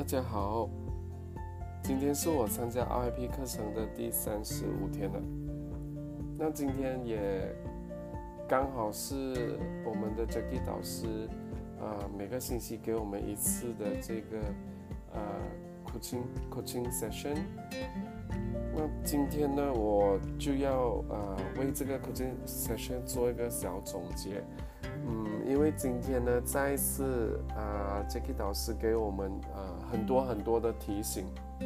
家好，今天是我参加 RIP 课程的第35天了。那今天也刚好是我们的 Jackie 导师每个星期给我们一次的这个coaching session。那今天呢，我就要为这个 coaching session 做一个小总结。因为今天呢，再一次Jackie 导师给我们很多的提醒。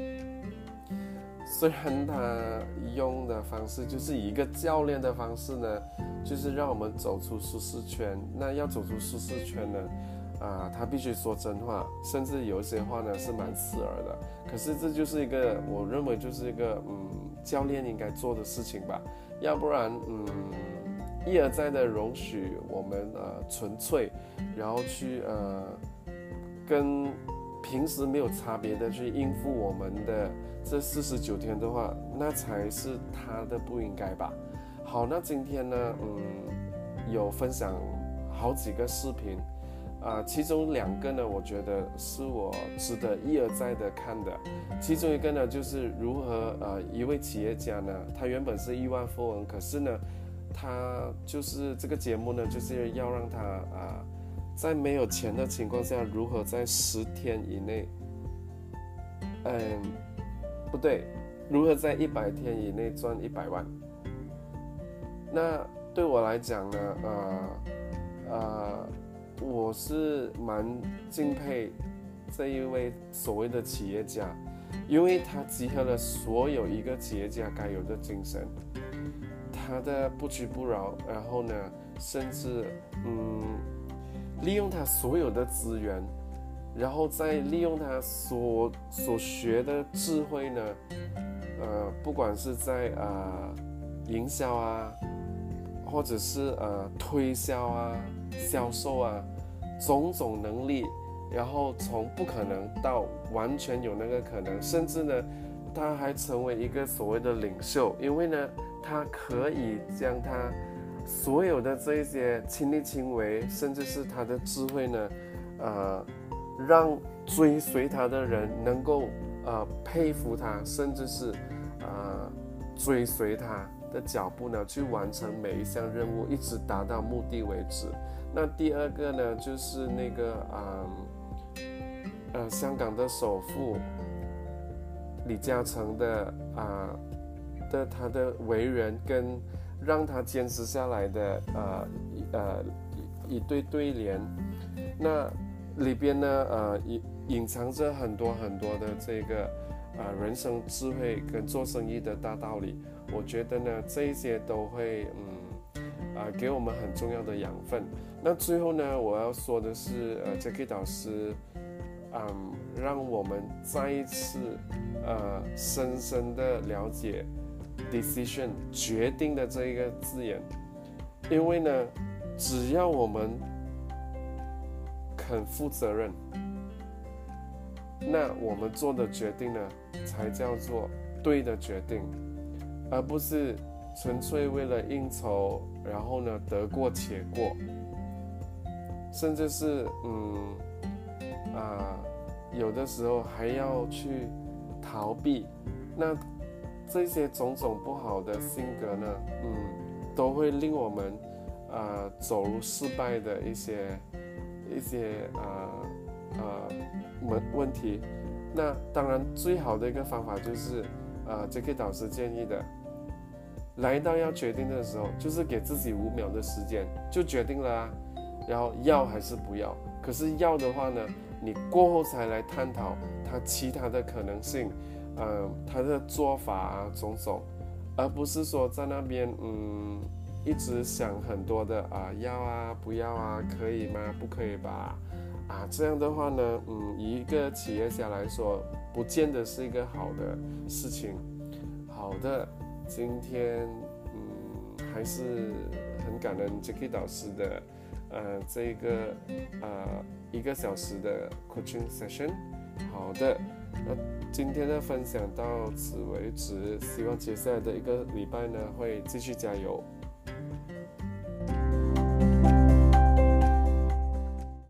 虽然他用的方式就是以一个教练的方式呢，就是让我们走出舒适圈。那要走出舒适圈呢，他必须说真话，甚至有一些话呢是蛮刺耳的。可是这就是一个，我认为就是一个教练应该做的事情吧。要不然一而再的容许我们纯粹，然后去跟平时没有差别的去应付我们的这49天的话，那才是他的不应该吧。好，那今天呢有分享好几个视频，其中2个呢，我觉得是我值得一而再的看的。其中一个呢，就是如何一位企业家呢，他原本是亿万富翁，可是呢他就是这个节目呢，就是要让他在没有钱的情况下，如何在10天以内，不对，如何在100天以内赚100万。那对我来讲呢，我是蛮敬佩这一位所谓的企业家，因为他集合了所有一个企业家该有的精神。他的不屈不挠，然后呢，甚至利用他所有的资源，然后再利用他所学的智慧呢，不管是在营销或者是推销销售种种能力，然后从不可能到完全有那个可能，甚至呢，他还成为一个所谓的领袖，因为呢，他可以将他所有的这一些亲力亲为，甚至是他的智慧呢，让追随他的人能够佩服他，甚至是追随他的脚步呢，去完成每一项任务，一直达到目的为止。那第2个呢，就是那个香港的首富李嘉诚的他的为人跟让他坚持下来的一对对联，那里边呢隐藏着很多的这个人生智慧跟做生意的大道理。我觉得呢，这一些都会给我们很重要的养分。那最后呢，我要说的是Jackie 导师让我们再一次深深的了解 decision 决定的这一个字眼。因为呢，只要我们肯负责任，那我们做的决定呢，才叫做对的决定，而不是纯粹为了应酬，然后呢得过且过，甚至是有的时候还要去逃避。那这些种种不好的性格呢，都会令我们走入失败的一些问题。那当然最好的一个方法就是Jackie 导师建议的，来到要决定的时候，就是给自己5秒的时间就决定了然后要还是不要。可是要的话呢，你过后才来探讨它其他的可能性，它的做法种种，而不是说在那边一直想很多的要不要可以吗？不可以吧？这样的话呢，以一个企业家来说，不见得是一个好的事情。好的，今天还是很感恩 Jackie 导师的这个1个小时的 coaching session。好的，那今天的分享到此为止，希望接下来的1个礼拜呢会继续加油。